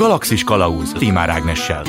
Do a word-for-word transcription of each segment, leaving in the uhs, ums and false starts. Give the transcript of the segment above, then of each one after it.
Galaxis Kalauz Tímár Ágnessel.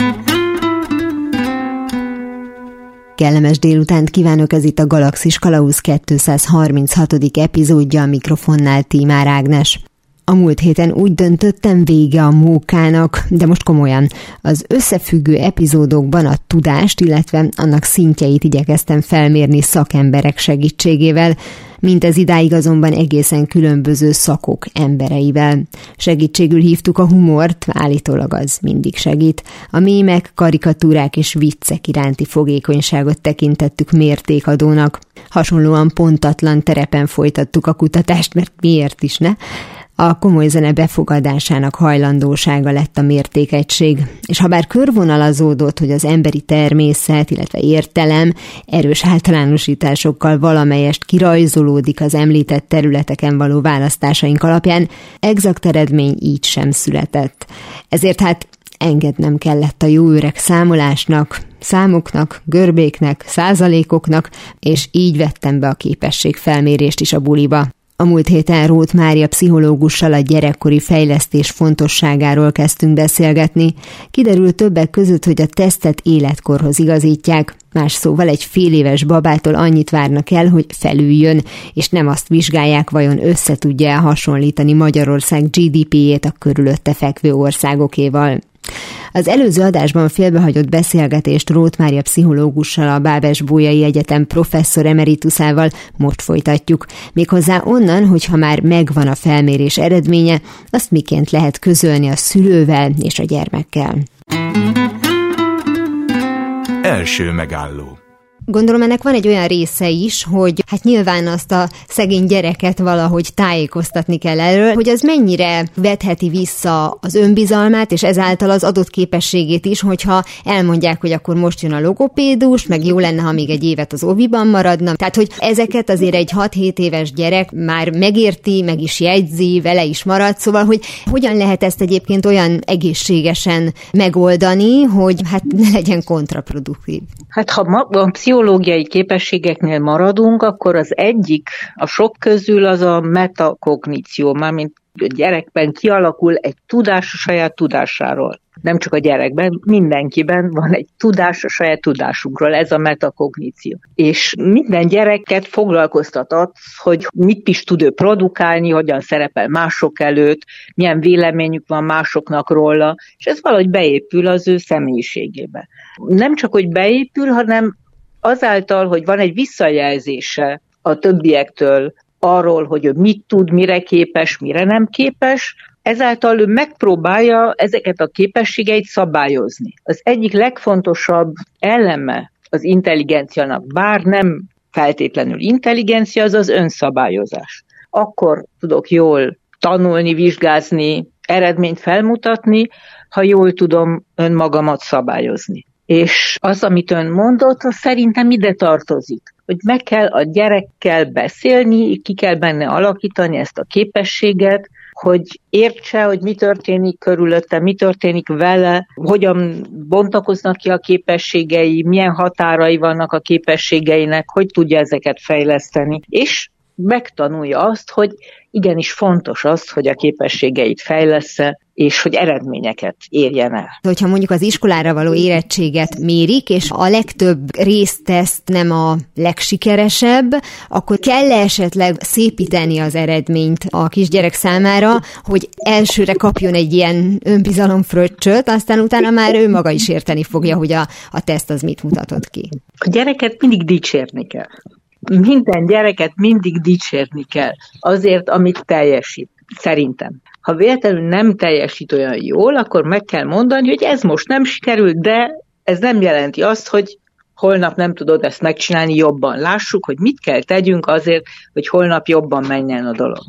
Kellemes délutánt kívánok, ez itt a Galaxis Kalauz kétszázharminchatodik epizódja, a mikrofonnál Tímár Ágnes. A múlt héten úgy döntöttem, vége a mókának, de most komolyan. Az összefüggő epizódokban a tudást, illetve annak szintjeit igyekeztem felmérni szakemberek segítségével, mint ez idáig azonban egészen különböző szakok embereivel. Segítségül hívtuk a humort, állítólag az mindig segít. A mémek, karikatúrák és viccek iránti fogékonyságot tekintettük mértékadónak. Hasonlóan pontatlan terepen folytattuk a kutatást, mert miért is ne? A komoly zene befogadásának hajlandósága lett a mértékegység, és ha bár körvonalazódott, hogy az emberi természet, illetve értelem erős általánosításokkal valamelyest kirajzolódik az említett területeken való választásaink alapján, exakt eredmény így sem született. Ezért hát engednem kellett a jó öreg számolásnak, számoknak, görbéknek, százalékoknak, és így vettem be a képességfelmérést is a buliba. A múlt héten Róth Mária pszichológussal a gyerekkori fejlesztés fontosságáról kezdtünk beszélgetni. Kiderült többek között, hogy a tesztet életkorhoz igazítják, más szóval egy fél éves babától annyit várnak el, hogy felüljön, és nem azt vizsgálják, vajon össze tudja hasonlítani Magyarország gé dé pé-jét a körülötte fekvő országokéval. Az előző adásban félbehagyott beszélgetést Róth Mária pszichológussal, a Bábes-Bolyai Egyetem professzor emeritusával most folytatjuk. Méghozzá onnan, hogyha már megvan a felmérés eredménye, azt miként lehet közölni a szülővel és a gyermekkel. Első megálló. Gondolom, ennek van egy olyan része is, hogy hát nyilván azt a szegény gyereket valahogy tájékoztatni kell erről, hogy az mennyire vetheti vissza az önbizalmát, és ezáltal az adott képességét is, hogyha elmondják, hogy akkor most jön a logopédus, meg jó lenne, ha még egy évet az óviban maradna. Tehát, hogy ezeket azért egy hat-hét éves gyerek már megérti, meg is jegyzi, vele is marad, szóval, hogy hogyan lehet ezt egyébként olyan egészségesen megoldani, hogy hát ne legyen kontraproduktív. Hát ha ma a pszichológiai képességeknél maradunk, akkor az egyik a sok közül az a metakogníció, mármint a gyerekben kialakul egy tudás a saját tudásáról. Nem csak a gyerekben, mindenkiben van egy tudás a saját tudásunkról, ez a metakogníció. És minden gyereket foglalkoztat az, hogy mit is tud ő produkálni, hogyan szerepel mások előtt, milyen véleményük van másoknak róla, és ez valahogy beépül az ő személyiségébe. Nem csak, hogy beépül, hanem azáltal, hogy van egy visszajelzése a többiektől arról, hogy ő mit tud, mire képes, mire nem képes, ezáltal ő megpróbálja ezeket a képességeit szabályozni. Az egyik legfontosabb eleme az intelligenciának, bár nem feltétlenül intelligencia, az az önszabályozás. Akkor tudok jól tanulni, vizsgázni, eredményt felmutatni, ha jól tudom önmagamat szabályozni. És az, amit ön mondott, az szerintem ide tartozik, hogy meg kell a gyerekkel beszélni, ki kell benne alakítani ezt a képességet, hogy értse, hogy mi történik körülötte, mi történik vele, hogyan bontakoznak ki a képességei, milyen határai vannak a képességeinek, hogy tudja ezeket fejleszteni, és megtanulja azt, hogy igenis fontos az, hogy a képességeit fejlessze, és hogy eredményeket érjen el. Hogyha mondjuk az iskolára való érettséget mérik, és a legtöbb részteszt nem a legsikeresebb, akkor kell esetleg szépíteni az eredményt a kisgyerek számára, hogy elsőre kapjon egy ilyen önbizalomfröccsöt, aztán utána már ő maga is érteni fogja, hogy a, a teszt az mit mutatott ki. A gyereket mindig dicsérni kell. Minden gyereket mindig dicsérni kell azért, amit teljesít, szerintem. Ha véletlenül nem teljesít olyan jól, akkor meg kell mondani, hogy ez most nem sikerült, de ez nem jelenti azt, hogy holnap nem tudod ezt megcsinálni jobban. Lássuk, hogy mit kell tegyünk azért, hogy holnap jobban menjen a dolog.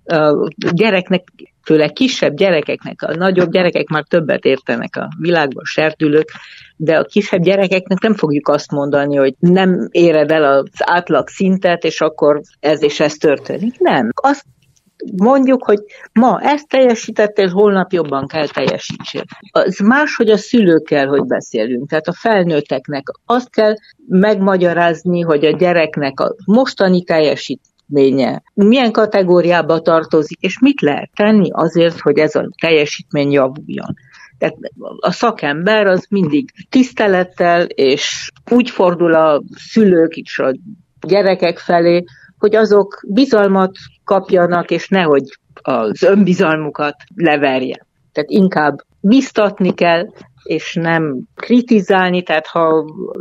A gyereknek, főleg kisebb gyerekeknek, a nagyobb gyerekek már többet értenek a világban, serdülők, de a kisebb gyerekeknek nem fogjuk azt mondani, hogy nem éred el az átlag szintet, és akkor ez és ez történik. Nem. Azt mondjuk, hogy ma ezt teljesítettél, holnap jobban kell teljesítsél. Az más, hogy a szülőkkel, hogy beszélünk. Tehát a felnőtteknek azt kell megmagyarázni, hogy a gyereknek a mostani teljesít, teljesítménye milyen kategóriába tartozik, és mit lehet tenni azért, hogy ez a teljesítmény javuljon. Tehát a szakember az mindig tisztelettel, és úgy fordul a szülők is a gyerekek felé, hogy azok bizalmat kapjanak, és nehogy az önbizalmukat leverje. Tehát inkább biztatni kell, és nem kritizálni, tehát ha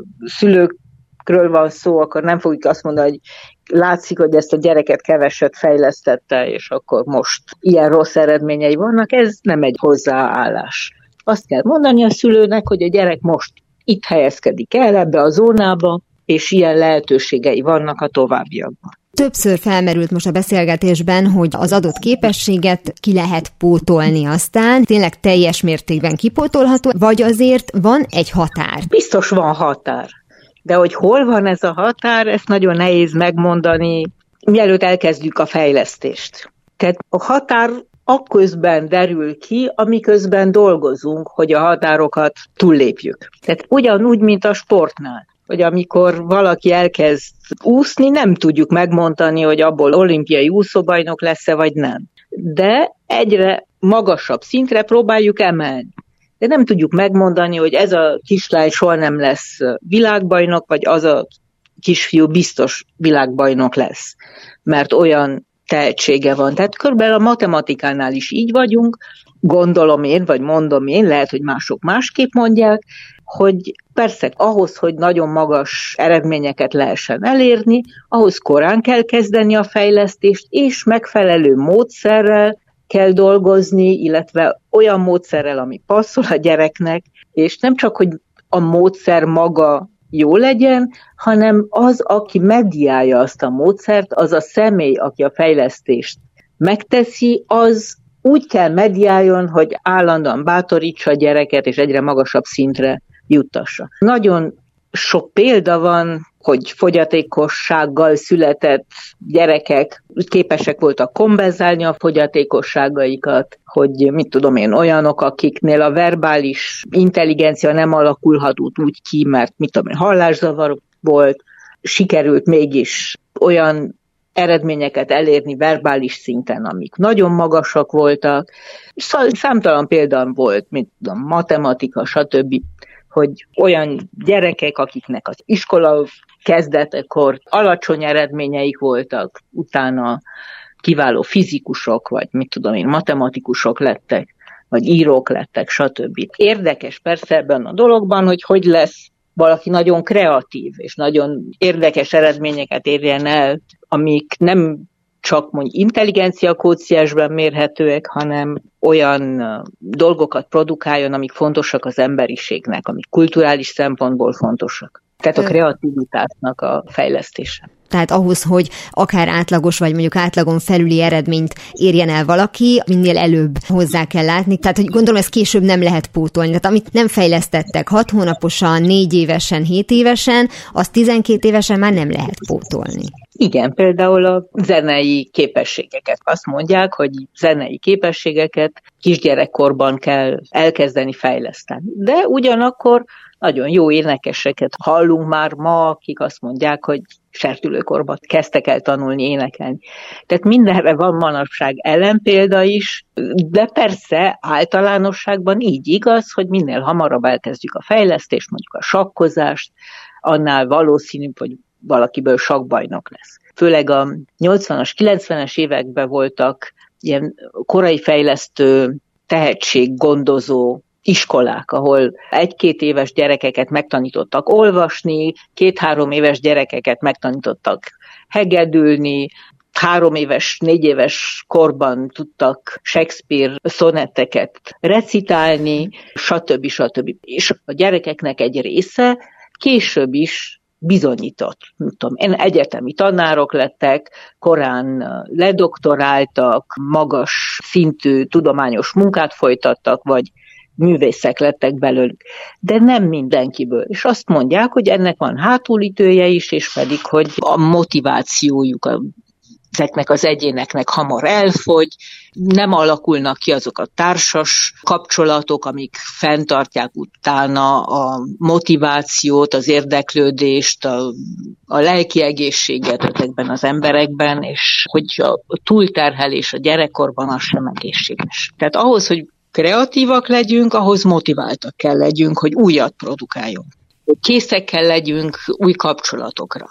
szülőkről van szó, akkor nem fogjuk azt mondani, hogy látszik, hogy ezt a gyereket keveset fejlesztette, és akkor most ilyen rossz eredményei vannak, ez nem egy hozzáállás. Azt kell mondani a szülőnek, hogy a gyerek most itt helyezkedik el ebbe a zónába, és ilyen lehetőségei vannak a továbbiakban. Többször felmerült most a beszélgetésben, hogy az adott képességet ki lehet pótolni aztán, tényleg teljes mértékben kipótolható, vagy azért van egy határ? Biztos van határ, de hogy hol van ez a határ, ezt nagyon nehéz megmondani, mielőtt elkezdjük a fejlesztést. Tehát a határ akközben derül ki, amiközben dolgozunk, hogy a határokat túllépjük. Tehát ugyanúgy, mint a sportnál, hogy amikor valaki elkezd úszni, nem tudjuk megmondani, hogy abból olimpiai úszóbajnok lesz-e, vagy nem. De egyre magasabb szintre próbáljuk emelni. De nem tudjuk megmondani, hogy ez a kislány soha nem lesz világbajnok, vagy az a kisfiú biztos világbajnok lesz, mert olyan tehetsége van. Tehát körülbelül a matematikánál is így vagyunk, gondolom én, vagy mondom én, lehet, hogy mások másképp mondják, hogy persze ahhoz, hogy nagyon magas eredményeket lehessen elérni, ahhoz korán kell kezdeni a fejlesztést, és megfelelő módszerrel kell dolgozni, illetve olyan módszerrel, ami passzol a gyereknek, és nem csak, hogy a módszer maga jó legyen, hanem az, aki mediálja azt a módszert, az a személy, aki a fejlesztést megteszi, az úgy kell mediáljon, hogy állandóan bátorítsa a gyereket, és egyre magasabb szintre juttassa. Nagyon sok példa van, hogy fogyatékossággal született gyerekek képesek voltak kompenzálni a fogyatékosságaikat, hogy mit tudom én, olyanok, akiknél a verbális intelligencia nem alakulhat úgy ki, mert mit tudom én, hallászavar volt, sikerült mégis olyan eredményeket elérni verbális szinten, amik nagyon magasak voltak. Számtalan példa volt, mint tudom, matematika, stb., hogy olyan gyerekek, akiknek az iskola kezdetekor alacsony eredményeik voltak, utána kiváló fizikusok, vagy mit tudom én, matematikusok lettek, vagy írók lettek, stb. Érdekes persze ebben a dologban, hogy hogy lesz valaki nagyon kreatív, és nagyon érdekes eredményeket érjen el, amik nem csak mondjuk intelligencia kvóciensben mérhetőek, hanem olyan dolgokat produkáljon, amik fontosak az emberiségnek, amik kulturális szempontból fontosak. Tehát a kreativitásnak a fejlesztése. Tehát ahhoz, hogy akár átlagos, vagy mondjuk átlagon felüli eredményt érjen el valaki, minél előbb hozzá kell látni. Tehát, hogy gondolom, ezt később nem lehet pótolni. Tehát amit nem fejlesztettek hat hónaposan, négy évesen, hét évesen, azt tizenkét évesen már nem lehet pótolni. Igen, például a zenei képességeket. Azt mondják, hogy zenei képességeket kisgyerekkorban kell elkezdeni fejleszteni. De ugyanakkor nagyon jó énekeseket hallunk már ma, akik azt mondják, hogy serdülőkorban kezdtek el tanulni énekelni. Tehát mindenre van manapság ellenpélda is, de persze általánosságban így igaz, hogy minél hamarabb elkezdjük a fejlesztést, mondjuk a sakkozást, annál valószínűbb, hogy valakiből sakkbajnok lesz. Főleg a nyolcvanas, kilencvenes években voltak ilyen korai fejlesztő, tehetséggondozó iskolák, ahol egy-két éves gyerekeket megtanítottak olvasni, két-három éves gyerekeket megtanítottak hegedülni, három éves, négy éves korban tudtak Shakespeare szonetteket recitálni, stb. stb. És a gyerekeknek egy része később is bizonyított. Tudom, én egyetemi tanárok lettek, korán ledoktoráltak, magas szintű tudományos munkát folytattak, vagy művészek lettek belőlük. De nem mindenkiből. És azt mondják, hogy ennek van hátulütője is, és pedig, hogy a motivációjuk a ezeknek az egyéneknek hamar elfogy, nem alakulnak ki azok a társas kapcsolatok, amik fenntartják utána a motivációt, az érdeklődést, a, a lelki egészséget ezekben az emberekben, és hogy a túlterhelés a gyerekkorban az sem egészséges. Tehát ahhoz, hogy kreatívak legyünk, ahhoz motiváltak kell legyünk, hogy újat produkáljunk. Készek kell legyünk új kapcsolatokra.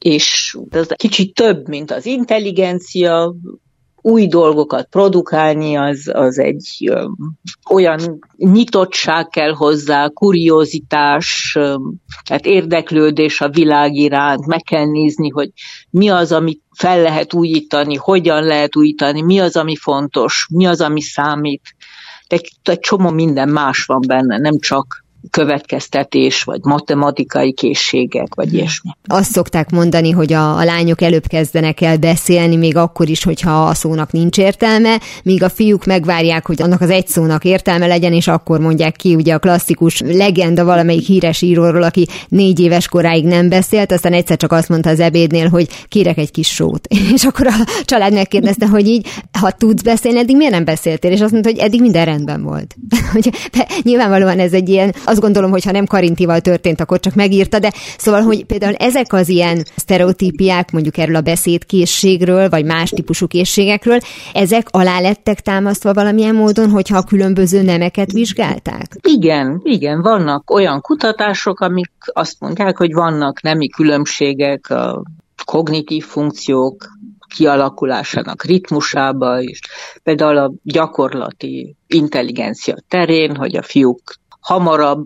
És ez kicsit több, mint az intelligencia, új dolgokat produkálni, az, az egy ö, olyan nyitottság kell hozzá, kuriózitás, ö, tehát érdeklődés a világ iránt, meg kell nézni, hogy mi az, amit fel lehet újítani, hogyan lehet újítani, mi az, ami fontos, mi az, ami számít. De egy csomó minden más van benne, nem csak következtetés, vagy matematikai készségek, vagy ilyesmi. Azt szokták mondani, hogy a, a lányok előbb kezdenek el beszélni, még akkor is, hogyha a szónak nincs értelme, míg a fiúk megvárják, hogy annak az egy szónak értelme legyen, és akkor mondják ki, ugye a klasszikus legenda valamelyik híres íróról, aki négy éves koráig nem beszélt, aztán egyszer csak azt mondta az ebédnél, hogy kérek egy kis sót. És akkor a család megkérdezte, hogy így, ha tudsz beszélni, eddig miért nem beszéltél? És azt mondta, hogy eddig minden rendben volt. Hogy, nyilvánvalóan ez egy ilyen, azt gondolom, hogy ha nem Karintival történt, akkor csak megírta, de szóval, hogy például ezek az ilyen sztereotípiák, mondjuk erről a beszédkészségről, vagy más típusú készségekről, ezek alá lettek támasztva valamilyen módon, hogyha a különböző nemeket vizsgálták? Igen, igen, vannak olyan kutatások, amik azt mondják, hogy vannak nemi különbségek a kognitív funkciók kialakulásának ritmusába is, például a gyakorlati intelligencia terén, hogy a fiúk hamarabb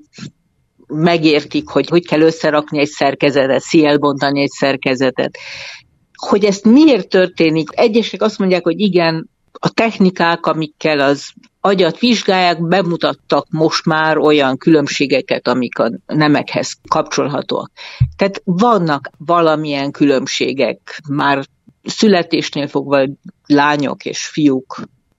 megértik, hogy hogy kell összerakni egy szerkezetet, szélbontani egy szerkezetet. Hogy ezt miért történik? Egyesek azt mondják, hogy igen, a technikák, amikkel az agyat vizsgálják, bemutattak most már olyan különbségeket, amik a nemekhez kapcsolhatóak. Tehát vannak valamilyen különbségek, már születésnél fogva lányok és fiúk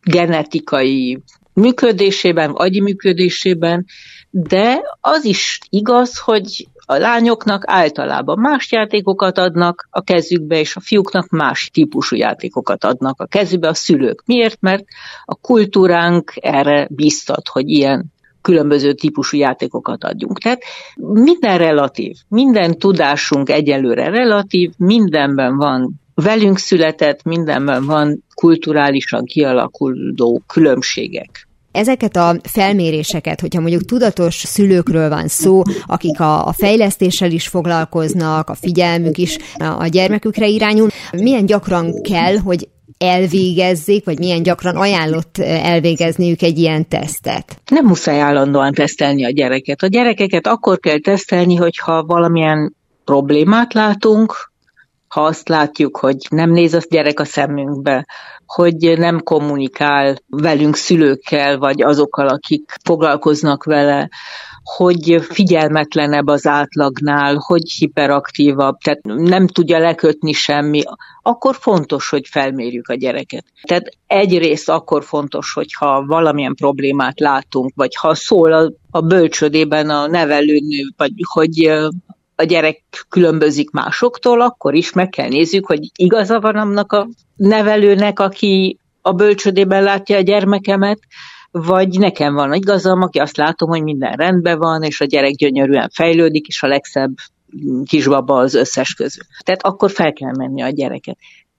genetikai működésében, agyi működésében, de az is igaz, hogy a lányoknak általában más játékokat adnak a kezükbe, és a fiúknak más típusú játékokat adnak a kezükbe a szülők. Miért? Mert a kultúránk erre biztat, hogy ilyen különböző típusú játékokat adjunk. Tehát minden relatív, minden tudásunk egyelőre relatív, mindenben van velünk született, mindenben van kulturálisan kialakuló különbségek. Ezeket a felméréseket, hogyha mondjuk tudatos szülőkről van szó, akik a, a fejlesztéssel is foglalkoznak, a figyelmük is a gyermekükre irányul, milyen gyakran kell, hogy elvégezzék, vagy milyen gyakran ajánlott elvégezniük egy ilyen tesztet? Nem muszáj állandóan tesztelni a gyereket. A gyerekeket akkor kell tesztelni, hogyha valamilyen problémát látunk, ha azt látjuk, hogy nem néz a gyerek a szemünkbe, hogy nem kommunikál velünk szülőkkel, vagy azokkal, akik foglalkoznak vele, hogy figyelmetlenebb az átlagnál, hogy hiperaktívabb, tehát nem tudja lekötni semmi, akkor fontos, hogy felmérjük a gyereket. Tehát egyrészt akkor fontos, hogyha valamilyen problémát látunk, vagy ha szól a, a bölcsödében a nevelőnő, vagy hogy a gyerek különbözik másoktól, akkor is meg kell nézzük, hogy igaza van annak a nevelőnek, aki a bölcsödében látja a gyermekemet, vagy nekem van igazam, aki azt látom, hogy minden rendben van, és a gyerek gyönyörűen fejlődik, és a legszebb kisbaba az összes közül. Tehát akkor fel kell menni a gyereket.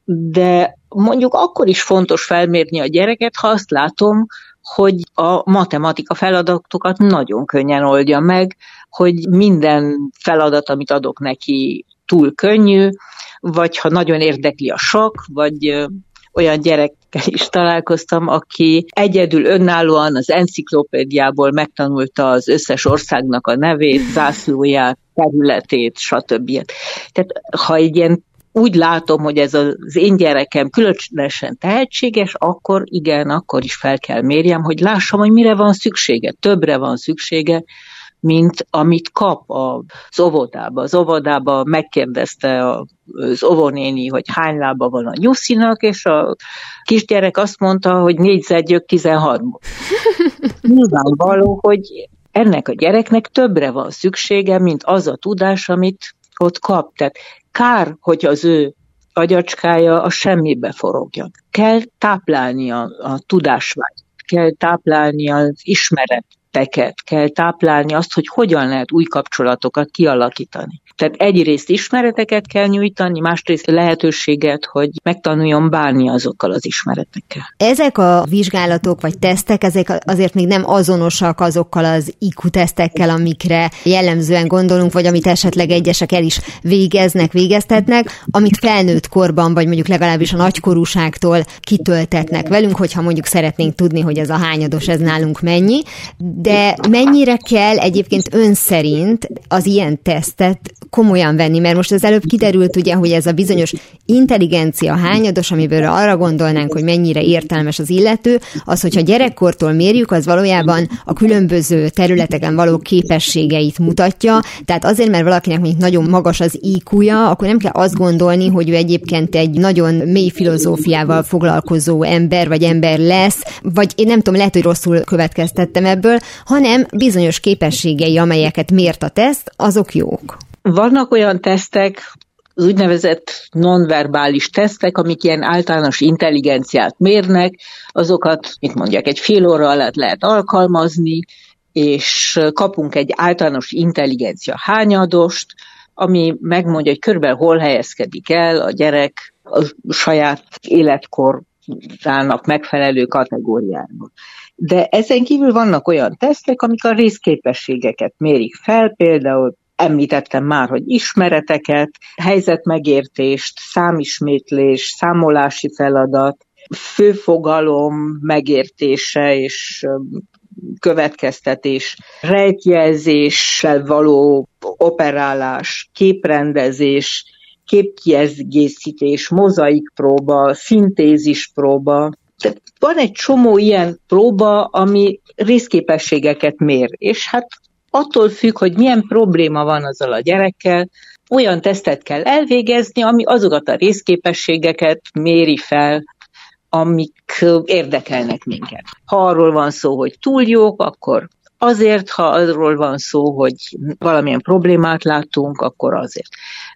De mondjuk akkor is fontos felmérni a gyereket, ha azt látom, hogy a matematika feladatokat nagyon könnyen oldja meg, hogy minden feladat, amit adok neki, túl könnyű, vagy ha nagyon érdekli a sakk, vagy olyan gyerekkel is találkoztam, aki egyedül önállóan az enciklopédiából megtanulta az összes országnak a nevét, zászlóját, területét, stb. Tehát ha egy ilyen úgy látom, hogy ez az én gyerekem különösen tehetséges, akkor igen, akkor is fel kell mérjem, hogy lássam, hogy mire van szüksége. Többre van szüksége, mint amit kap az óvodába. Az óvodába megkérdezte az óvónéni, hogy hány lába van a nyuszinak, és a kisgyerek azt mondta, hogy négyzetgyök tizenhárom. Nyilvánvaló, hogy ennek a gyereknek többre van szüksége, mint az a tudás, amit ott kap. Tehát kár, hogy az ő agyacskája a semmibe forogjon. Kell táplálni a, a tudásvágyat, kell táplálni az ismereteket, kell táplálni azt, hogy hogyan lehet új kapcsolatokat kialakítani. Tehát egyrészt ismereteket kell nyújtani, másrészt lehetőséget, hogy megtanuljon bánni azokkal az ismeretekkel. Ezek a vizsgálatok vagy tesztek, ezek azért még nem azonosak azokkal az í kú-tesztekkel, amikre jellemzően gondolunk, vagy amit esetleg egyesek el is végeznek, végeztetnek, amit felnőtt korban, vagy mondjuk legalábbis a nagykorúságtól kitöltetnek velünk, hogyha mondjuk szeretnénk tudni, hogy ez a hányados, ez nálunk mennyi. De mennyire kell egyébként ön szerint az ilyen tesztet komolyan venni, mert most az előbb kiderült ugye, hogy ez a bizonyos intelligencia hányados, amiből arra gondolnánk, hogy mennyire értelmes az illető, az, hogyha gyerekkortól mérjük, az valójában a különböző területeken való képességeit mutatja, tehát azért, mert valakinek mondjuk nagyon magas az í kúja, akkor nem kell azt gondolni, hogy ő egyébként egy nagyon mély filozófiával foglalkozó ember, vagy ember lesz, vagy én nem tudom, lehet, hogy rosszul következtettem ebből, hanem bizonyos képességei, amelyeket mért a teszt, azok jók. Vannak olyan tesztek, az úgynevezett nonverbális tesztek, amik ilyen általános intelligenciát mérnek, azokat, mit mondják, egy fél óra alatt lehet alkalmazni, és kapunk egy általános intelligencia hányadost, ami megmondja, hogy körülbelül hol helyezkedik el a gyerek a saját életkorának megfelelő kategóriában. De ezen kívül vannak olyan tesztek, amik a részképességeket mérik fel, például említettem már, hogy ismereteket, helyzetmegértést, számismétlés, számolási feladat, főfogalom megértése és következtetés, rejtjelzéssel való operálás, képrendezés, képkiegészítés, mozaikpróba, szintézispróba. Tehát van egy csomó ilyen próba, ami részképességeket mér, és hát attól függ, hogy milyen probléma van azzal a gyerekkel, olyan tesztet kell elvégezni, ami azokat a részképességeket méri fel, amik érdekelnek minket. Ha arról van szó, hogy túl jók, akkor azért, ha arról van szó, hogy valamilyen problémát látunk, akkor azért.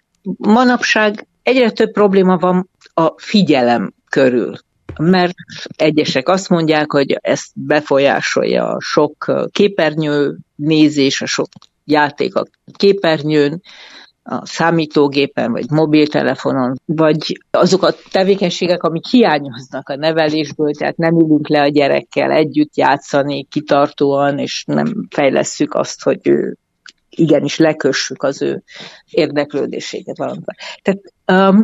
Manapság egyre több probléma van a figyelem körül, mert egyesek azt mondják, hogy ezt befolyásolja a sok képernyő nézés, a sok játék a képernyőn, a számítógépen, vagy mobiltelefonon, vagy azok a tevékenységek, amik hiányoznak a nevelésből, tehát nem ülünk le a gyerekkel együtt játszani kitartóan, és nem fejlesszük azt, hogy ő igenis lekössük az ő érdeklődését valamivel. Tehát um,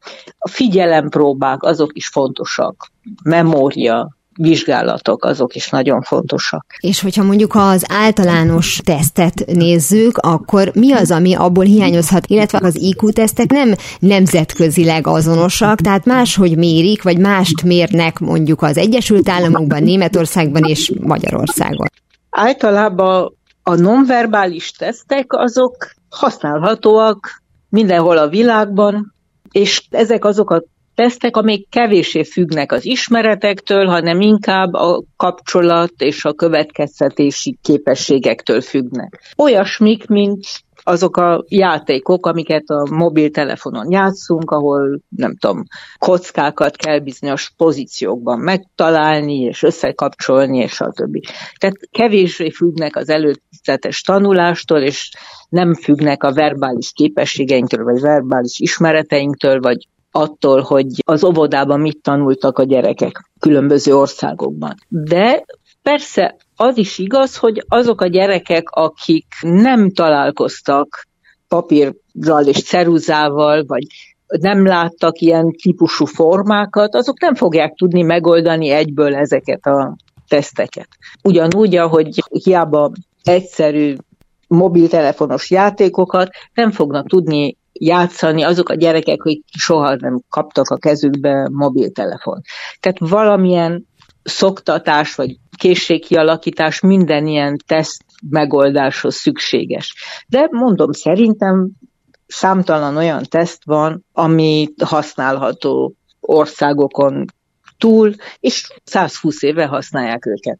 a figyelempróbák, azok is fontosak, memória, vizsgálatok, azok is nagyon fontosak. És hogyha mondjuk az általános tesztet nézzük, akkor mi az, ami abból hiányozhat, illetve az í kú-tesztek nem nemzetközileg azonosak, tehát máshogy mérik, vagy mást mérnek mondjuk az Egyesült Államokban, Németországban és Magyarországon. Általában a nonverbális tesztek azok használhatóak mindenhol a világban, és ezek azok a tesztek, amik kevéssé függnek az ismeretektől, hanem inkább a kapcsolat és a következtetési képességektől függnek. Olyasmik, mint azok a játékok, amiket a mobiltelefonon játszunk, ahol, nem tudom, kockákat kell bizonyos pozíciókban megtalálni, és összekapcsolni, és a többi. Tehát kevéssé függnek az előzetes tanulástól, és nem függnek a verbális képességeinktől, vagy verbális ismereteinktől, vagy attól, hogy az óvodában mit tanultak a gyerekek különböző országokban. De persze az is igaz, hogy azok a gyerekek, akik nem találkoztak papírral és ceruzával, vagy nem láttak ilyen típusú formákat, azok nem fogják tudni megoldani egyből ezeket a teszteket. Ugyanúgy, ahogy hiába egyszerű mobiltelefonos játékokat nem fognak tudni játszani azok a gyerekek, hogy soha nem kaptak a kezükbe mobiltelefon. Tehát valamilyen szoktatás vagy készségkialakítás minden ilyen teszt megoldáshoz szükséges. De mondom, szerintem számtalan olyan teszt van, ami használható országokon túl, és százhúsz éve használják őket.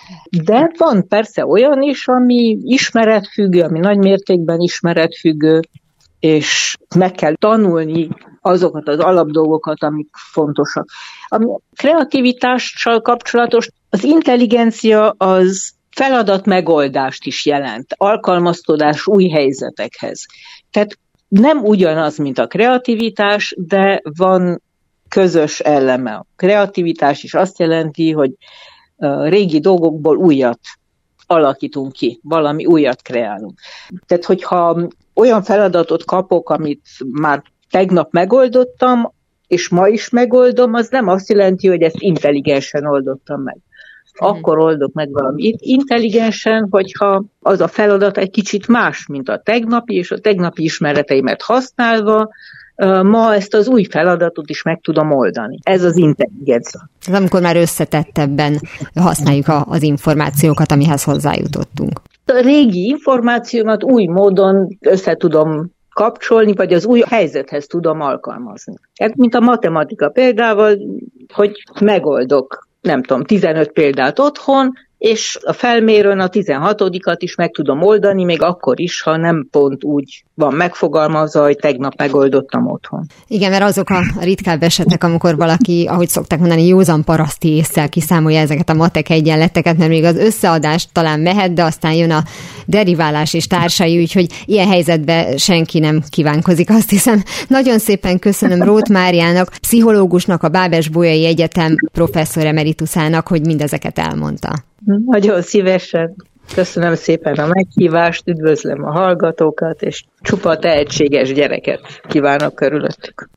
De van persze olyan is, ami ismeretfüggő, ami nagy mértékben ismeretfüggő, és meg kell tanulni azokat az alapdolgokat, amik fontosak. A kreativitással kapcsolatos, az intelligencia az feladat megoldást is jelent, alkalmazkodás új helyzetekhez. Tehát nem ugyanaz, mint a kreativitás, de van közös eleme. A kreativitás is azt jelenti, hogy régi dolgokból újat alakítunk ki, valami újat kreálunk. Tehát, hogyha olyan feladatot kapok, amit már tegnap megoldottam, és ma is megoldom, az nem azt jelenti, hogy ezt intelligensen oldottam meg. Akkor oldok meg valamit intelligensen, hogyha az a feladat egy kicsit más, mint a tegnapi, és a tegnapi ismereteimet használva ma ezt az új feladatot is meg tudom oldani. Ez az intelligencia. Ez amikor már összetettebben használjuk az információkat, amihez hozzájutottunk. A régi információmat új módon össze tudom kapcsolni, vagy az új helyzethez tudom alkalmazni. Ez mint a matematika példával, hogy megoldok, nem tudom, tizenöt példát otthon, és a felmérőn a tizenhatodikat is meg tudom oldani, még akkor is, ha nem pont úgy van megfogalmazva, hogy tegnap megoldottam otthon. Igen, mert azok a ritkább esetek, amikor valaki, ahogy szokták mondani, józan paraszti ésszel kiszámolja ezeket a matek egyenleteket, mert még az összeadás talán mehet, de aztán jön a deriválás és társai, úgyhogy ilyen helyzetben senki nem kívánkozik, azt hiszem. Nagyon szépen köszönöm Róth Máriának, pszichológusnak, a Bábes-Bolyai Egyetem professzor emerituszának, hogy mindezeket elmondta. Nagyon szívesen. Köszönöm szépen a meghívást, üdvözlöm a hallgatókat, és csupa tehetséges gyereket kívánok körülöttük.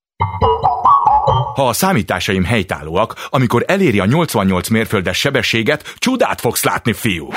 Ha a számításaim helytállóak, amikor eléri a nyolcvannyolc mérföldes sebességet, csodát fogsz látni, fiú!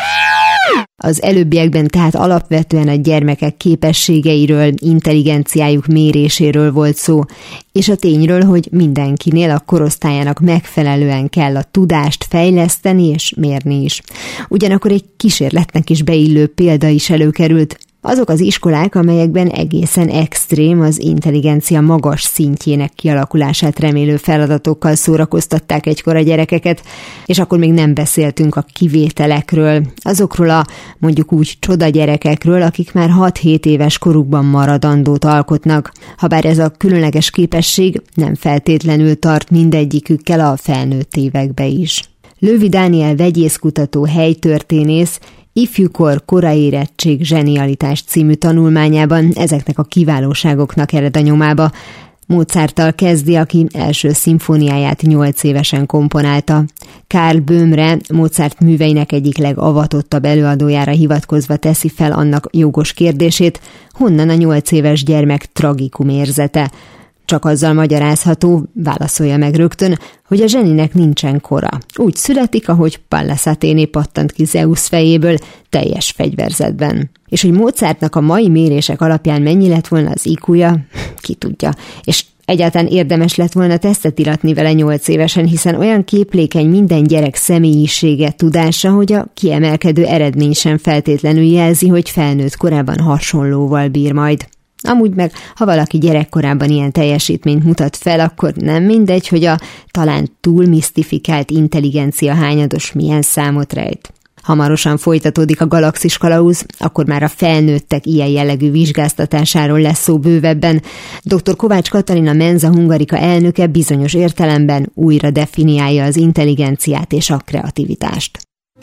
Az előbbiekben tehát alapvetően a gyermekek képességeiről, intelligenciájuk méréséről volt szó, és a tényről, hogy mindenkinél a korosztályának megfelelően kell a tudást fejleszteni és mérni is. Ugyanakkor egy kísérletnek is beillő példa is előkerült. Azok az iskolák, amelyekben egészen extrém, az intelligencia magas szintjének kialakulását remélő feladatokkal szórakoztatták egykor a gyerekeket, és akkor még nem beszéltünk a kivételekről, azokról a mondjuk úgy csoda gyerekekről, akik már hat-hét éves korukban maradandót alkotnak, habár ez a különleges képesség nem feltétlenül tart mindegyikükkel a felnőtt évekbe is. Lővi Dániel vegyészkutató helytörténész Ifjúkor, koraérettség, zsenialitás című tanulmányában ezeknek a kiválóságoknak ered a nyomába. Mozarttal kezdi, aki első szimfóniáját nyolc évesen komponálta. Karl Böhmre, Mozart műveinek egyik legavatottabb előadójára hivatkozva teszi fel annak jogos kérdését, honnan a nyolc éves gyermek tragikum érzete. Csak azzal magyarázható, válaszolja meg rögtön, hogy a zseninek nincsen kora. Úgy születik, ahogy Pallas Athéné pattant ki Zeusz fejéből, teljes fegyverzetben. És hogy Mozartnak a mai mérések alapján mennyi lett volna az í kúja, ki tudja. És egyáltalán érdemes lett volna tesztet iratni vele nyolc évesen, hiszen olyan képlékeny minden gyerek személyisége, tudása, hogy a kiemelkedő eredmény sem feltétlenül jelzi, hogy felnőtt korában hasonlóval bír majd. Amúgy meg, ha valaki gyerekkorában ilyen teljesítményt mutat fel, akkor nem mindegy, hogy a talán túl misztifikált intelligencia hányados milyen számot rejt. Hamarosan folytatódik a Galaxis Kalauz, akkor már a felnőttek ilyen jellegű vizsgáztatásáról lesz szó bővebben. dr. Kovács Katalin, Mensa Hungarica elnöke bizonyos értelemben újra definiálja az intelligenciát és a kreativitást.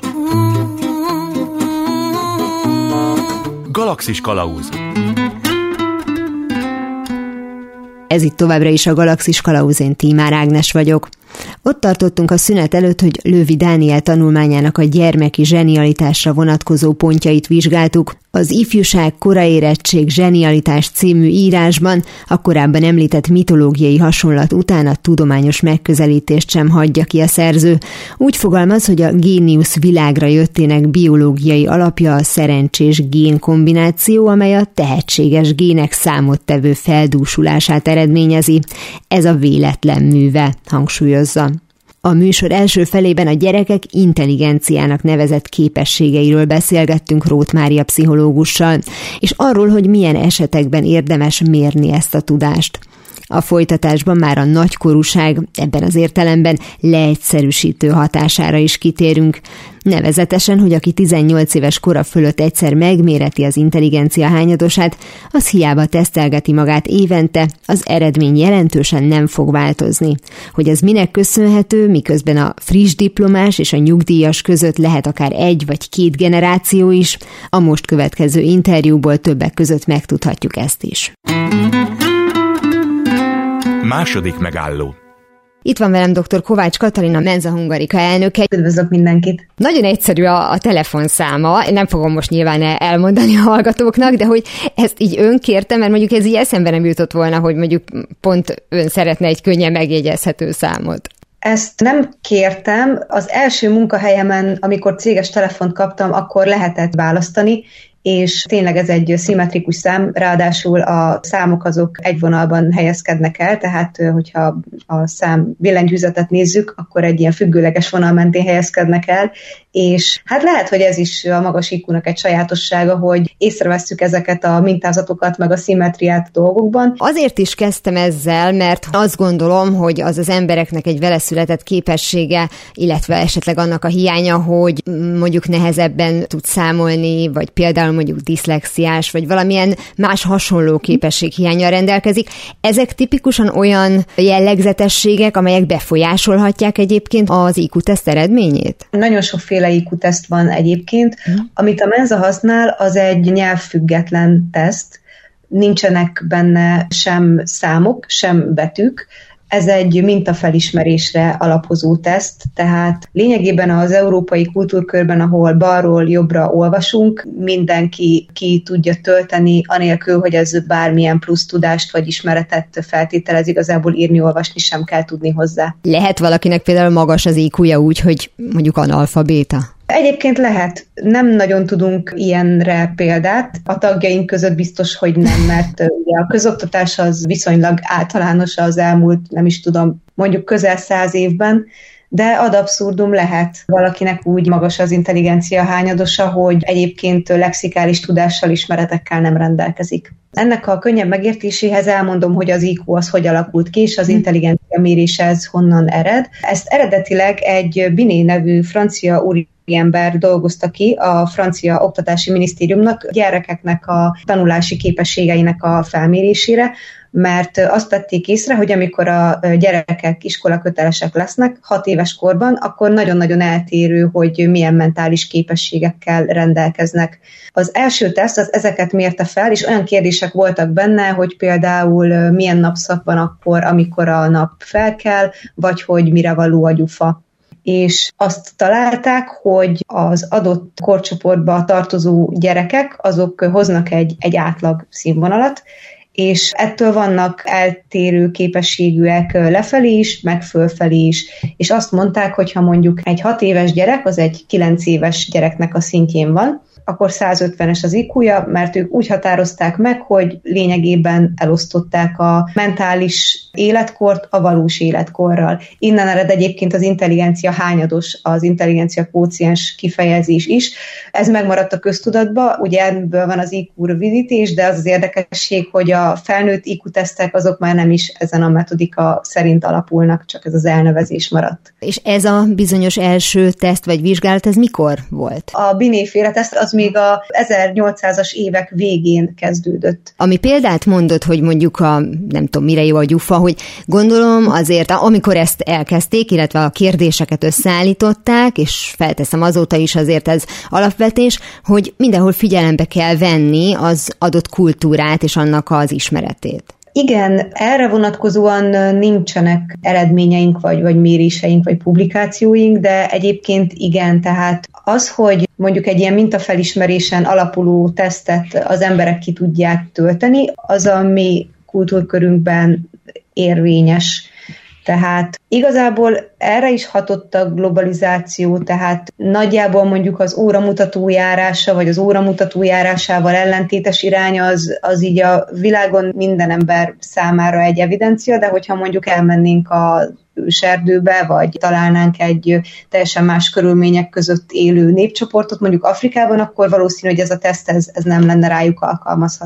Galaxis Kalauz. Ez itt továbbra is a Galaxis Kalauz, én Tímár Ágnes vagyok. Ott tartottunk a szünet előtt, hogy Lővi Dániel tanulmányának a gyermeki zsenialitásra vonatkozó pontjait vizsgáltuk. Az Ifjúság, koraérettség, zsenialitás című írásban a korábban említett mitológiai hasonlat után a tudományos megközelítést sem hagyja ki a szerző. Úgy fogalmaz, hogy a géniusz világra jöttének biológiai alapja a szerencsés génkombináció, amely a tehetséges gének számottevő feldúsulását eredményezi. Ez a véletlen műve, hangsúlyozza. A műsor első felében a gyerekek intelligenciának nevezett képességeiről beszélgettünk Róth Mária pszichológussal, és arról, hogy milyen esetekben érdemes mérni ezt a tudást. A folytatásban már a nagykorúság, ebben az értelemben leegyszerűsítő hatására is kitérünk. Nevezetesen, hogy aki tizennyolc éves kora fölött egyszer megméreti az intelligencia hányadosát, az hiába tesztelgeti magát évente, az eredmény jelentősen nem fog változni. Hogy ez minek köszönhető, miközben a friss diplomás és a nyugdíjas között lehet akár egy vagy két generáció is, a most következő interjúból többek között megtudhatjuk ezt is. Második megálló. Itt van velem dr. Kovács Katalin, Mensa Hungarica elnöke. Üdvözlök mindenkit! Nagyon egyszerű a, a telefonszáma, nem fogom most nyilván elmondani a hallgatóknak, de hogy ezt így ön kérte, mert mondjuk ez így eszembe nem jutott volna, hogy mondjuk pont ön szeretne egy könnyen megjegyezhető számot. Ezt nem kértem. Az első munkahelyemen, amikor céges telefont kaptam, akkor lehetett választani, és tényleg ez egy szimmetrikus szám, ráadásul a számok azok egy vonalban helyezkednek el, tehát hogyha a szám billentyűzetet nézzük, akkor egy ilyen függőleges vonal mentén helyezkednek el, és hát lehet, hogy ez is a magas í kúnak egy sajátossága, hogy észrevesszük ezeket a mintázatokat, meg a szimmetriát dolgokban. Azért is kezdtem ezzel, mert azt gondolom, hogy az az embereknek egy veleszületett képessége, illetve esetleg annak a hiánya, hogy mondjuk nehezebben tud számolni, vagy például mondjuk diszlexiás, vagy valamilyen más hasonló képesség hiánnyal rendelkezik. Ezek tipikusan olyan jellegzetességek, amelyek befolyásolhatják egyébként az í kú-teszt eredményét? Nagyon sokféle í kú-teszt van egyébként. Mm. Amit a Mensa használ, az egy nyelvfüggetlen teszt. Nincsenek benne sem számok, sem betűk. Ez egy mintafelismerésre alapozó teszt, tehát lényegében az európai kultúrkörben, ahol balról jobbra olvasunk, mindenki ki tudja tölteni, anélkül, hogy ez bármilyen plusz tudást vagy ismeretet feltételez, igazából írni, olvasni sem kell tudni hozzá. Lehet valakinek például magas az í kúja úgy, hogy mondjuk analfabéta? Egyébként lehet, nem nagyon tudunk ilyenre példát. A tagjaink között biztos, hogy nem, mert ugye a közoktatás az viszonylag általános az elmúlt, nem is tudom, mondjuk közel száz évben, de ad abszurdum lehet valakinek úgy magas az intelligencia hányadosa, hogy egyébként lexikális tudással, ismeretekkel nem rendelkezik. Ennek a könnyebb megértéséhez elmondom, hogy az í kú az hogy alakult ki, és az intelligencia mérése ez honnan ered. Ezt eredetileg egy Binet nevű francia úri ember dolgozta ki a francia oktatási minisztériumnak gyerekeknek a tanulási képességeinek a felmérésére, mert azt tették észre, hogy amikor a gyerekek iskolakötelesek lesznek hat éves korban, akkor nagyon-nagyon eltérő, hogy milyen mentális képességekkel rendelkeznek. Az első teszt az ezeket mérte fel, és olyan kérdések voltak benne, hogy például milyen napszak van akkor, amikor a nap felkel, vagy hogy mire való a gyufa. És azt találták, hogy az adott korcsoportba tartozó gyerekek, azok hoznak egy, egy átlag színvonalat, és ettől vannak eltérő képességűek lefelé is, meg fölfelé is. És azt mondták, hogy ha mondjuk egy hat éves gyerek, az egy kilenc éves gyereknek a szintjén van, akkor száz ötvenes az í kúja, mert ők úgy határozták meg, hogy lényegében elosztották a mentális életkort a valós életkorral. Innen ered egyébként az intelligencia hányados, az intelligencia kvóciens kifejezés is. Ez megmaradt a köztudatba, ugye ebből van az í kú rövidítés, de az az érdekesség, hogy a felnőtt í kú-tesztek azok már nem is ezen a metodika szerint alapulnak, csak ez az elnevezés maradt. És ez a bizonyos első teszt vagy vizsgálat, ez mikor volt? A Binet-féle teszt az még a ezernyolcszázas évek végén kezdődött. Ami példát mondott, hogy mondjuk a, nem tudom, mire jó a gyufa, hogy gondolom azért, amikor ezt elkezdték, illetve a kérdéseket összeállították, és felteszem azóta is azért ez alapvetés, hogy mindenhol figyelembe kell venni az adott kultúrát és annak az ismeretét. Igen, erre vonatkozóan nincsenek eredményeink, vagy, vagy méréseink, vagy publikációink, de egyébként igen, tehát az, hogy mondjuk egy ilyen mintafelismerésen alapuló tesztet az emberek ki tudják tölteni, az a mi kultúrkörünkben érvényes. Tehát igazából erre is hatott a globalizáció, tehát nagyjából mondjuk az óramutató járása, vagy az óramutató járásával ellentétes irány az, az így a világon minden ember számára egy evidencia, de hogyha mondjuk elmennénk a őserdőbe, vagy találnánk egy teljesen más körülmények között élő népcsoportot, mondjuk Afrikában, akkor valószínű, hogy ez a teszt ez, ez nem lenne rájuk alkalmazható.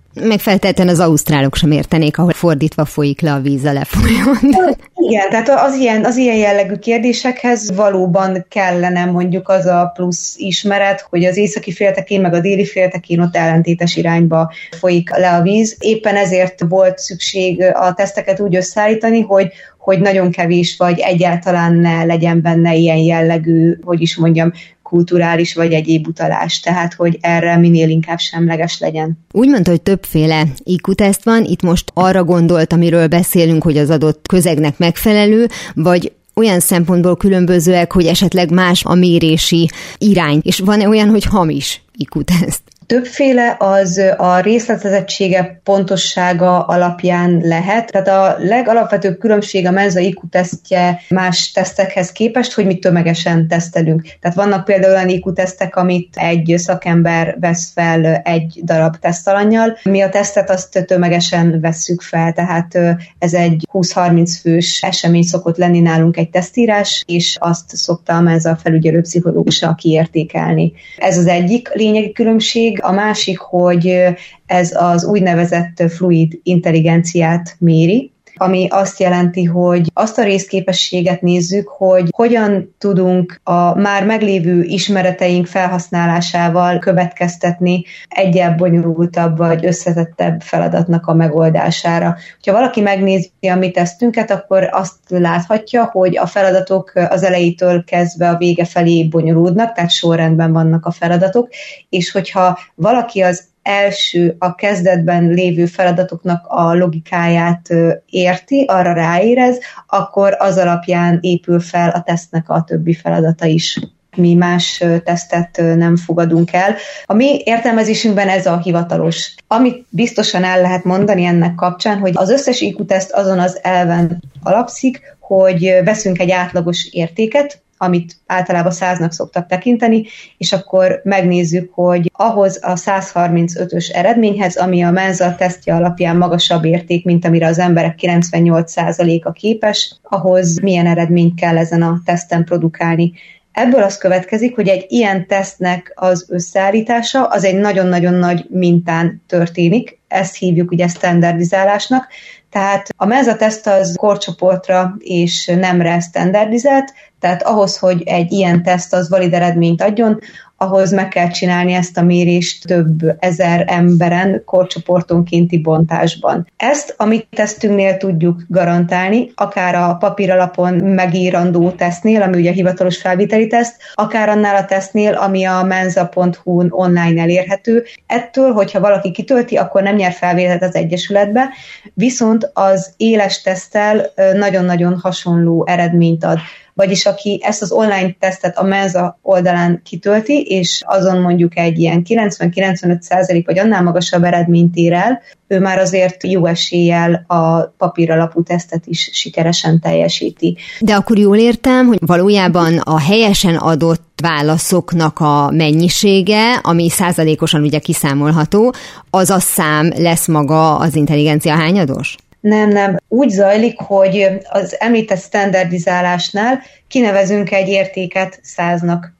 Meg feltétlenül az ausztrálok sem értenék, ahol fordítva folyik le a víz a lefolyón. Igen, tehát az ilyen, az ilyen jellegű kérdésekhez valóban kellene mondjuk az a plusz ismeret, hogy az északi féltekén meg a déli féltekén ott ellentétes irányba folyik le a víz. Éppen ezért volt szükség a teszteket úgy összeállítani, hogy hogy nagyon kevés vagy egyáltalán ne legyen benne ilyen jellegű, hogy is mondjam, kulturális vagy egyéb utalás, tehát hogy erre minél inkább semleges legyen. Úgy mondta, hogy többféle í kú-teszt van, itt most arra gondolt, amiről beszélünk, hogy az adott közegnek megfelelő, vagy olyan szempontból különbözőek, hogy esetleg más a mérési irány, és van-e olyan, hogy hamis í kú-teszt? Többféle az a részletezettsége, pontossága alapján lehet. Tehát a legalapvetőbb különbség a Mensa í kú-tesztje más tesztekhez képest, hogy mi tömegesen tesztelünk. Tehát vannak például olyan í kú-tesztek, amit egy szakember vesz fel egy darab tesztalannyal. Mi a tesztet azt tömegesen vesszük fel, tehát ez egy húsz-harminc fős esemény szokott lenni nálunk egy tesztírás, és azt szokta a Mensa felügyelő pszichológusa kiértékelni. Ez az egyik lényegi különbség. A másik, hogy ez az úgynevezett fluid intelligenciát méri, ami azt jelenti, hogy azt a részképességet nézzük, hogy hogyan tudunk a már meglévő ismereteink felhasználásával következtetni egyéb bonyolultabb vagy összetettebb feladatnak a megoldására. Ha valaki megnézi a mi tesztünket, akkor azt láthatja, hogy a feladatok az elejétől kezdve a vége felé bonyolódnak, tehát sorrendben vannak a feladatok, és hogyha valaki az első, a kezdetben lévő feladatoknak a logikáját érti, arra ráérez, akkor az alapján épül fel a tesztnek a többi feladata is. Mi más tesztet nem fogadunk el. A mi értelmezésünkben ez a hivatalos. Amit biztosan el lehet mondani ennek kapcsán, hogy az összes í kú-teszt azon az elven alapszik, hogy veszünk egy átlagos értéket, amit általában száznak szoktak tekinteni, és akkor megnézzük, hogy ahhoz a száz harmincötös eredményhez, ami a Mensa tesztje alapján magasabb érték, mint amire az emberek kilencvennyolc százaléka képes, ahhoz milyen eredményt kell ezen a teszten produkálni. Ebből az következik, hogy egy ilyen tesztnek az összeállítása az egy nagyon-nagyon nagy mintán történik, ezt hívjuk ugye standardizálásnak, tehát a Mensa teszt az korcsoportra és nemre standardizált, tehát ahhoz, hogy egy ilyen teszt az valid eredményt adjon, ahhoz meg kell csinálni ezt a mérést több ezer emberen korcsoportonkénti bontásban. Ezt a mi tesztünknél tudjuk garantálni, akár a papíralapon megírandó tesztnél, ami ugye a hivatalos felvételi teszt, akár annál a tesztnél, ami a mensa pont hu-n online elérhető. Ettől, hogyha valaki kitölti, akkor nem nyer felvételt az Egyesületbe, viszont az éles teszttel nagyon-nagyon hasonló eredményt ad. Vagyis aki ezt az online tesztet a Mensa oldalán kitölti, és azon mondjuk egy ilyen kilencven-kilencvenöt százalék vagy annál magasabb eredményt ér el, ő már azért jó eséllyel a papíralapú tesztet is sikeresen teljesíti. De akkor jól értem, hogy valójában a helyesen adott válaszoknak a mennyisége, ami százalékosan ugye kiszámolható, az a szám lesz maga az intelligencia hányados? Nem, nem. Úgy zajlik, hogy az említett standardizálásnál kinevezünk egy értéket száznak.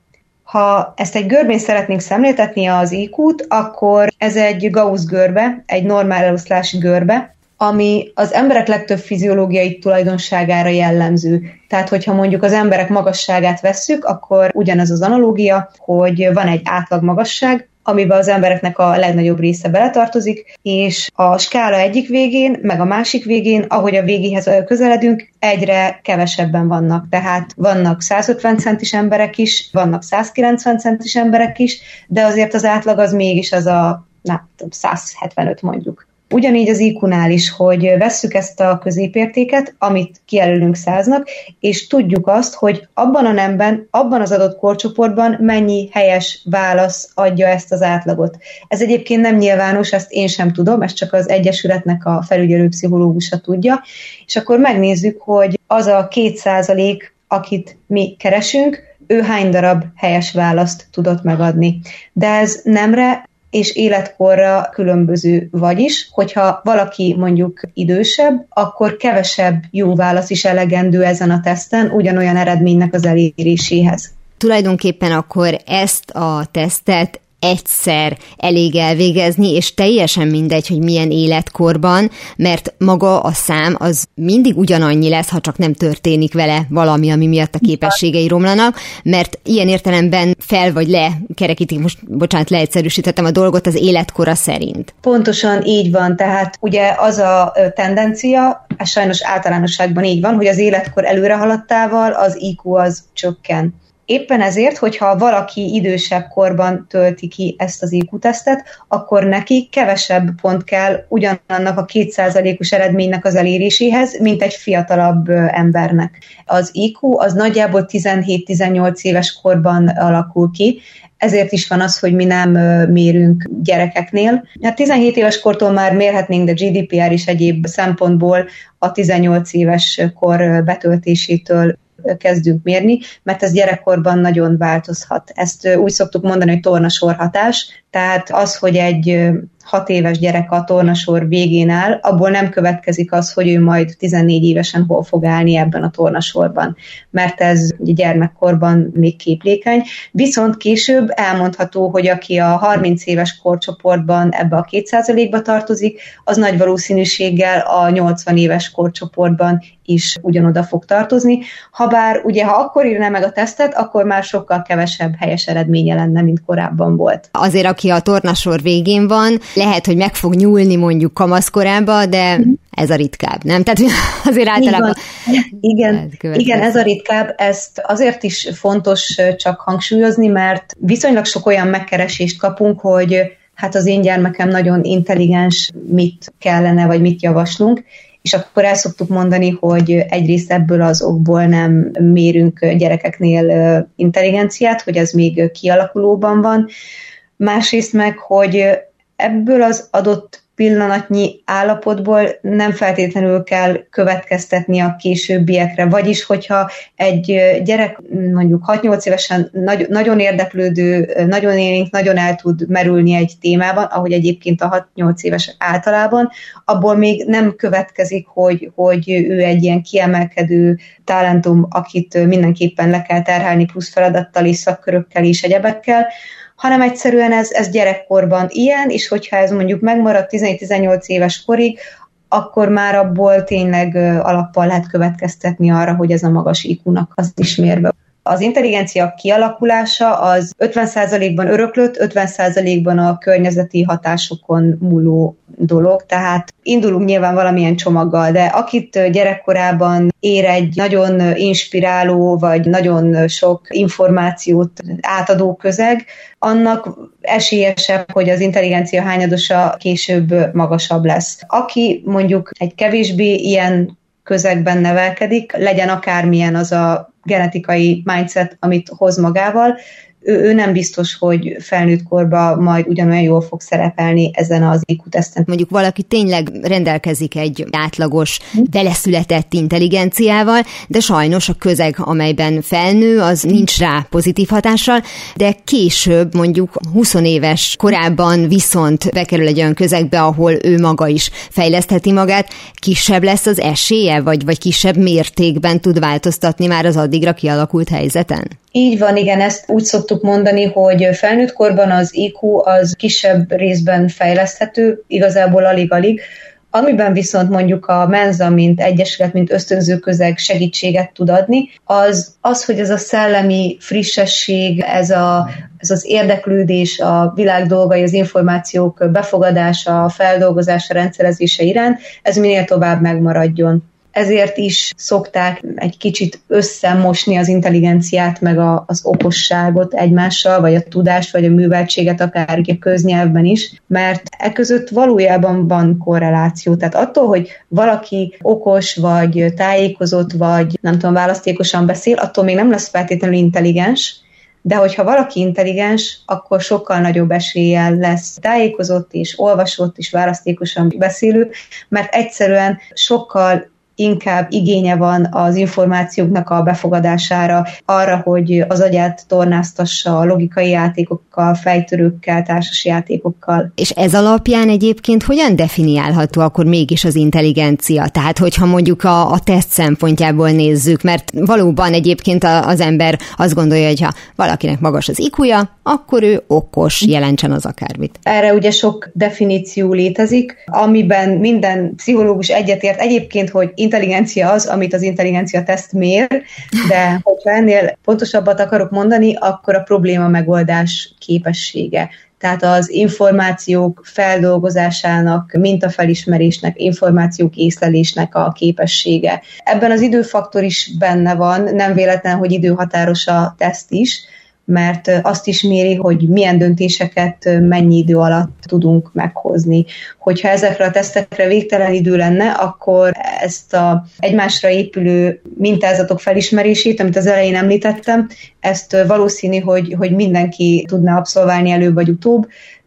Ha ezt egy görbén szeretnénk szemléltetni az í kút, akkor ez egy Gauss görbe, egy normál eloszlási görbe, ami az emberek legtöbb fiziológiai tulajdonságára jellemző. Tehát, hogyha mondjuk az emberek magasságát vesszük, akkor ugyanaz az analógia, hogy van egy átlag magasság, amiben az embereknek a legnagyobb része beletartozik, és a skála egyik végén, meg a másik végén, ahogy a végéhez közeledünk, egyre kevesebben vannak. Tehát vannak száz ötven centis emberek is, vannak száz kilencven centis emberek is, de azért az átlag az mégis az a na, száz hetvenöt mondjuk. Ugyanígy az í kú-nál is, hogy vesszük ezt a középértéket, amit kijelölünk száznak, és tudjuk azt, hogy abban a nemben, abban az adott korcsoportban mennyi helyes válasz adja ezt az átlagot. Ez egyébként nem nyilvános, ezt én sem tudom, ezt csak az Egyesületnek a felügyelő pszichológusa tudja, és akkor megnézzük, hogy az a két százalék, akit mi keresünk, ő hány darab helyes választ tudott megadni. De ez nemre és életkorra különböző, vagyis, hogyha valaki mondjuk idősebb, akkor kevesebb jó válasz is elegendő ezen a teszten, ugyanolyan eredménynek az eléréséhez. Tulajdonképpen akkor ezt a tesztet egyszer elég elvégezni, és teljesen mindegy, hogy milyen életkorban, mert maga a szám az mindig ugyanannyi lesz, ha csak nem történik vele valami, ami miatt a képességei romlanak, mert ilyen értelemben fel vagy le kerekítik, most bocsánat, leegyszerűsítettem a dolgot az életkora szerint. Pontosan így van, tehát ugye az a tendencia, ez sajnos általánosságban így van, hogy az életkor előrehaladtával az í kú az csökken. Éppen ezért, hogyha valaki idősebb korban tölti ki ezt az í kú-tesztet, akkor neki kevesebb pont kell ugyanannak a két százalékos eredménynek az eléréséhez, mint egy fiatalabb embernek. Az í kú az nagyjából tizenhét-tizennyolc éves korban alakul ki, ezért is van az, hogy mi nem mérünk gyerekeknél. Hát tizenhét éves kortól már mérhetnénk, de gé dé pé er is egyéb szempontból a tizennyolc éves kor betöltésétől kezdünk mérni, mert ez gyerekkorban nagyon változhat. Ezt úgy szoktuk mondani, hogy tornasorhatás, tehát az, hogy egy hat éves gyerek a tornasor végén áll, abból nem következik az, hogy ő majd tizennégy évesen hol fog állni ebben a tornasorban, mert ez gyermekkorban még képlékeny. Viszont később elmondható, hogy aki a harminc éves korcsoportban ebbe a két százalékba tartozik, az nagy valószínűséggel a nyolcvan éves korcsoportban is ugyanoda fog tartozni. Habár ugye, ha akkor írná meg a tesztet, akkor már sokkal kevesebb helyes eredménye lenne, mint korábban volt. Azért, aki a tornasor végén van, lehet, hogy meg fog nyúlni mondjuk kamaszkorába, de ez a ritkább, nem? Tehát azért általában... Igen, igen, ez a ritkább, ezt azért is fontos csak hangsúlyozni, mert viszonylag sok olyan megkeresést kapunk, hogy hát az én gyermekem nagyon intelligens, mit kellene, vagy mit javaslunk, és akkor el szoktuk mondani, hogy egyrészt ebből az okból nem mérünk gyerekeknél intelligenciát, hogy ez még kialakulóban van, másrészt meg, hogy ebből az adott pillanatnyi állapotból nem feltétlenül kell következtetni a későbbiekre. Vagyis, hogyha egy gyerek mondjuk hat-nyolc évesen nagy, nagyon érdeklődő, nagyon élénk, nagyon el tud merülni egy témában, ahogy egyébként a hat-nyolc éves általában, abból még nem következik, hogy, hogy ő egy ilyen kiemelkedő talentum, akit mindenképpen le kell terhelni plusz feladattal és szakkörökkel és egyebekkel, hanem egyszerűen ez, ez gyerekkorban ilyen, és hogyha ez mondjuk megmarad tizenhét-tizennyolc éves korig, akkor már abból tényleg alappal lehet következtetni arra, hogy ez a magas í kúnak az ismérve. Az intelligencia kialakulása az ötven százalékban öröklött, ötven százalékban a környezeti hatásokon múló dolog, tehát indulunk nyilván valamilyen csomaggal, de akit gyerekkorában ér egy nagyon inspiráló, vagy nagyon sok információt átadó közeg, annak esélyesebb, hogy az intelligencia hányadosa később magasabb lesz. Aki mondjuk egy kevésbé ilyen közegben nevelkedik, legyen akármilyen az a genetikai mindset, amit hoz magával, ő, ő nem biztos, hogy felnőtt korban majd ugyanolyan jól fog szerepelni ezen az í kú-teszten. Mondjuk valaki tényleg rendelkezik egy átlagos, beleszületett intelligenciával, de sajnos a közeg, amelyben felnő, az nincs rá pozitív hatással, de később mondjuk húsz éves korában viszont bekerül egy olyan közegbe, ahol ő maga is fejlesztheti magát, kisebb lesz az esélye, vagy, vagy kisebb mértékben tud változtatni már az addigra kialakult helyzeten? Így van, igen, ezt úgy szoktuk mondani, hogy felnőtt korban az í kú az kisebb részben fejleszthető, igazából alig-alig, amiben viszont mondjuk a Mensa, mint egyesület, mint ösztönző közeg segítséget tud adni, az az, hogy ez a szellemi frissesség, ez, a, ez az érdeklődés a világ dolgai, az információk befogadása, feldolgozása, rendszerezése iránt, ez minél tovább megmaradjon. Ezért is szokták egy kicsit összemosni az intelligenciát, meg a, az okosságot egymással, vagy a tudást, vagy a műveltséget, akár a köznyelvben is, mert e között valójában van korreláció. Tehát attól, hogy valaki okos, vagy tájékozott, vagy nem tudom, választékosan beszél, attól még nem lesz feltétlenül intelligens, de hogyha valaki intelligens, akkor sokkal nagyobb eséllyel lesz tájékozott, és olvasott, és választékosan beszélő, mert egyszerűen sokkal inkább igénye van az információknak a befogadására, arra, hogy az agyát tornáztassa a logikai játékokkal, játékokkal, fejtörőkkel, társasjátékokkal. És ez alapján egyébként hogyan definiálható akkor mégis az intelligencia? Tehát, hogyha mondjuk a, a teszt szempontjából nézzük, mert valóban egyébként az ember azt gondolja, hogy ha valakinek magas az i kúja, akkor ő okos, jelentsen az akármit. Erre ugye sok definíció létezik, amiben minden pszichológus egyetért egyébként, hogy intelligencia az, amit az intelligencia teszt mér, de hogyha ennél pontosabbat akarok mondani, akkor a probléma megoldás képessége. Tehát az információk feldolgozásának, mintafelismerésnek, információk észlelésnek a képessége. Ebben az időfaktor is benne van, nem véletlen, hogy időhatáros a teszt is, mert azt is méri, hogy milyen döntéseket mennyi idő alatt tudunk meghozni. Hogyha ezekre a tesztekre végtelen idő lenne, akkor ezt a egymásra épülő mintázatok felismerését, amit az elején említettem, ezt valószínű, hogy, hogy mindenki tudna abszolválni előbb vagy utóbb,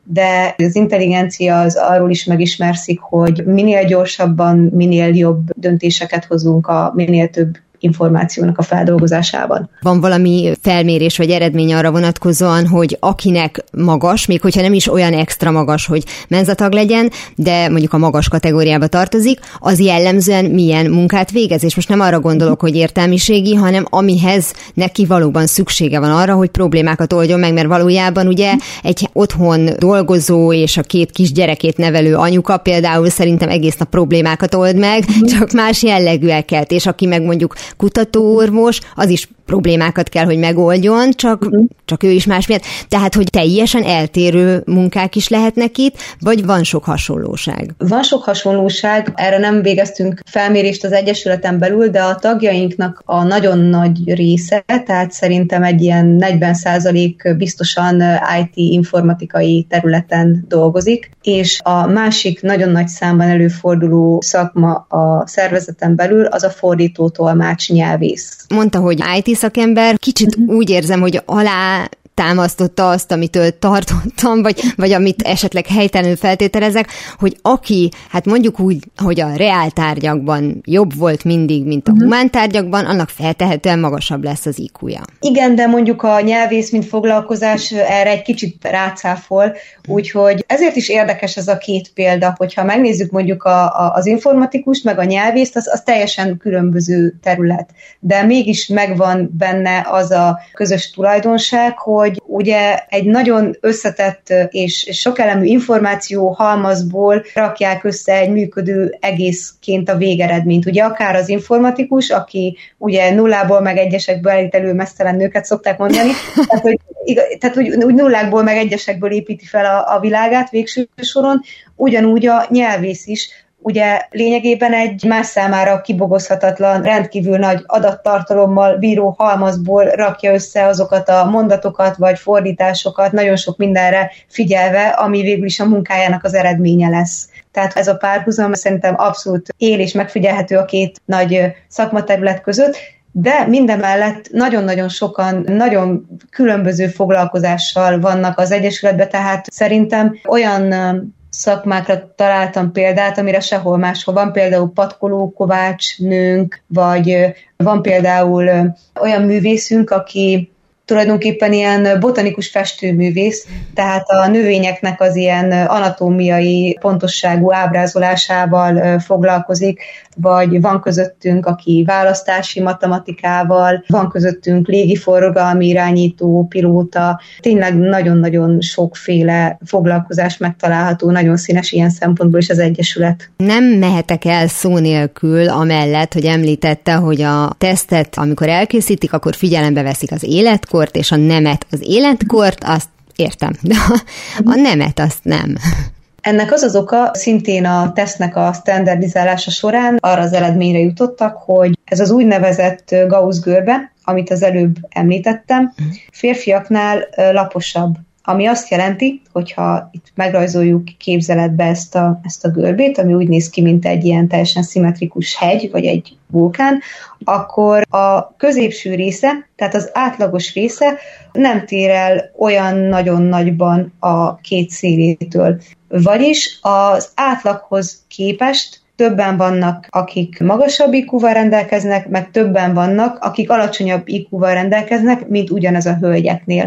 de az intelligencia az arról is megismerszik, hogy minél gyorsabban, minél jobb döntéseket hozunk a minél több információnak a feldolgozásában. Van valami felmérés vagy eredmény arra vonatkozóan, hogy akinek magas, még hogyha nem is olyan extra magas, hogy menzatag legyen, de mondjuk a magas kategóriába tartozik, az jellemzően milyen munkát végez? És most nem arra gondolok, hogy értelmiségi, hanem amihez neki valóban szüksége van arra, hogy problémákat oldjon meg, mert valójában ugye egy otthon dolgozó és a két kis gyerekét nevelő anyuka például szerintem egész nap problémákat old meg, csak más jellegűeket, és aki meg mondjuk kutatóorvos, az is problémákat kell, hogy megoldjon, csak, uh-huh. csak ő is más miatt. Tehát, hogy teljesen eltérő munkák is lehetnek itt, vagy van sok hasonlóság? Van sok hasonlóság, erre nem végeztünk felmérést az Egyesületen belül, de a tagjainknak a nagyon nagy része, tehát szerintem egy ilyen negyven százalék biztosan i té informatikai területen dolgozik, és a másik nagyon nagy számban előforduló szakma a szervezeten belül az a fordító tolmács nyelvész. Mondta, hogy i té szakember, kicsit uh-huh. úgy érzem, hogy alá támasztotta azt, amitől tartottam, vagy, vagy amit esetleg helytelenül feltételezek, hogy aki, hát mondjuk úgy, hogy a reáltárgyakban jobb volt mindig, mint a uh-huh. humántárgyakban, annak feltehetően magasabb lesz az i kúja. Igen, de mondjuk a nyelvész, mint foglalkozás erre egy kicsit rácáfol, úgyhogy ezért is érdekes ez a két példa, hogyha megnézzük mondjuk a, a, az informatikust, meg a nyelvészt, az, az teljesen különböző terület. De mégis megvan benne az a közös tulajdonság, hogy ugye egy nagyon összetett és sokelemű információ halmazból rakják össze egy működő egészként a végeredményt. Ugye akár az informatikus, aki ugye nullából meg egyesekből állít elő meztelen nőket szokták mondani, tehát hogy, tehát, hogy úgy nullákból meg egyesekből építi fel a, a világát végső soron, ugyanúgy a nyelvész is, ugye lényegében egy más számára kibogozhatatlan, rendkívül nagy adattartalommal bíró halmazból rakja össze azokat a mondatokat vagy fordításokat, nagyon sok mindenre figyelve, ami végül is a munkájának az eredménye lesz. Tehát ez a párhuzam szerintem abszolút él és megfigyelhető a két nagy szakmaterület között, de mindemellett nagyon-nagyon sokan nagyon különböző foglalkozással vannak az Egyesületben, tehát szerintem olyan szakmákra találtam példát, amire sehol máshol van, például patkoló, kovács, nőnk, vagy van például olyan művészünk, aki tulajdonképpen ilyen botanikus festőművész, tehát a növényeknek az ilyen anatómiai pontosságú ábrázolásával foglalkozik, vagy van közöttünk, aki választási matematikával, van közöttünk légiforgalmi irányító, pilóta, tényleg nagyon-nagyon sokféle foglalkozás megtalálható, nagyon színes ilyen szempontból is az Egyesület. Nem mehetek el szó nélkül amellett, hogy említette, hogy a tesztet, amikor elkészítik, akkor figyelembe veszik az életkort és a nemet. Az életkort azt értem, de a, a nemet azt nem. Ennek az az oka, szintén a tesztnek a standardizálása során arra az eredményre jutottak, hogy ez az úgynevezett Gauss-görbe, amit az előbb említettem, férfiaknál laposabb. Ami azt jelenti, hogyha itt megrajzoljuk képzeletbe ezt a, ezt a görbét, ami úgy néz ki, mint egy ilyen teljesen szimmetrikus hegy, vagy egy vulkán, akkor a középső része, tehát az átlagos része nem tér el olyan nagyon nagyban a két szélétől. Vagyis az átlaghoz képest többen vannak, akik magasabb i kúval rendelkeznek, meg többen vannak, akik alacsonyabb i kúval rendelkeznek, mint ugyanez a hölgyeknél.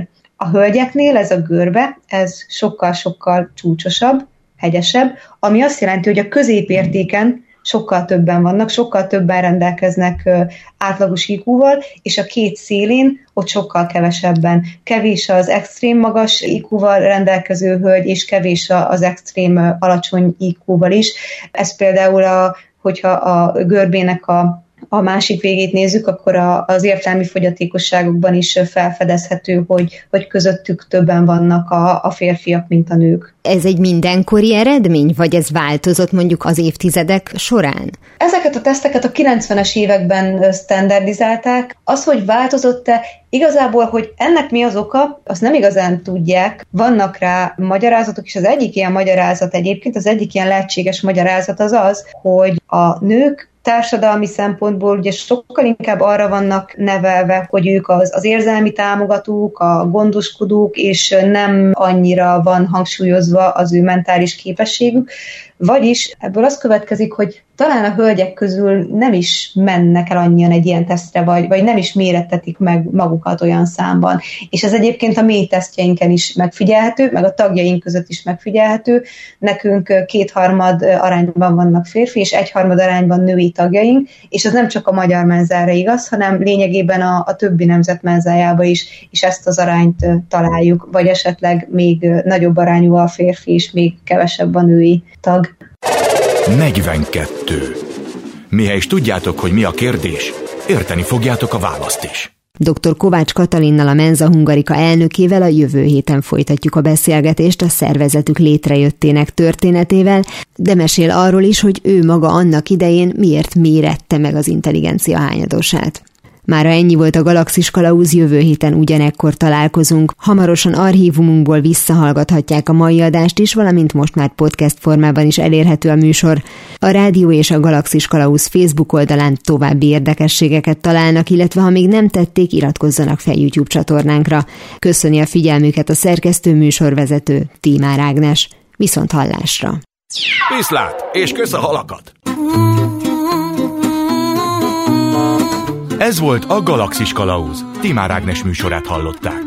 A hölgyeknél ez a görbe, ez sokkal-sokkal csúcsosabb, hegyesebb, ami azt jelenti, hogy a középértéken sokkal többen vannak, sokkal többen rendelkeznek átlagos í kúval, és a két szélén ott sokkal kevesebben. Kevés az extrém magas í kúval rendelkező hölgy, és kevés az extrém alacsony í kúval is. Ez például, a, hogyha a görbének a a másik végét nézzük, akkor a, az értelmi fogyatékosságokban is felfedezhető, hogy, hogy közöttük többen vannak a, a férfiak, mint a nők. Ez egy mindenkori eredmény, vagy ez változott mondjuk az évtizedek során? Ezeket a teszteket a kilencvenes években standardizálták. Az, hogy változott-e, igazából, hogy ennek mi az oka, azt nem igazán tudják. Vannak rá magyarázatok, és az egyik ilyen magyarázat egyébként, az egyik ilyen lehetséges magyarázat az az, hogy a nők társadalmi szempontból ugye sokkal inkább arra vannak nevelve, hogy ők az, az érzelmi támogatók, a gondoskodók, és nem annyira van hangsúlyozva az ő mentális képességük. Vagyis ebből az következik, hogy talán a hölgyek közül nem is mennek el annyian egy ilyen tesztre, vagy, vagy nem is mérettetik meg magukat olyan számban. És ez egyébként a mély tesztjeinken is megfigyelhető, meg a tagjaink között is megfigyelhető. Nekünk kétharmad arányban vannak férfi, és egyharmad arányban női tagjaink, és ez nem csak a magyar menzára igaz, hanem lényegében a, a többi nemzet menzájába is, és ezt az arányt találjuk, vagy esetleg még nagyobb arányú a férfi, és még kevesebb a női tag. negyvenkettő. Mihely is tudjátok, hogy mi a kérdés, érteni fogjátok a választ is. doktor Kovács Katalinnal, a Menza Hungarika elnökével a jövő héten folytatjuk a beszélgetést a szervezetük létrejöttének történetével, de mesél arról is, hogy ő maga annak idején miért mérette meg az intelligencia hányadosát. Mára ennyi volt a Galaxis Kalauz, jövő héten ugyanekkor találkozunk. Hamarosan archívumunkból visszahallgathatják a mai adást is, valamint most már podcast formában is elérhető a műsor. A Rádió és a Galaxis Kalauz Facebook oldalán további érdekességeket találnak, illetve ha még nem tették, iratkozzanak fel YouTube csatornánkra. Köszöni a figyelmüket a szerkesztő műsorvezető Tímár Ágnes. Viszont hallásra! Viszlát, és kösz a halakat! Ez volt a Galaxis Kalauz. Tímár Ágnes műsorát hallották.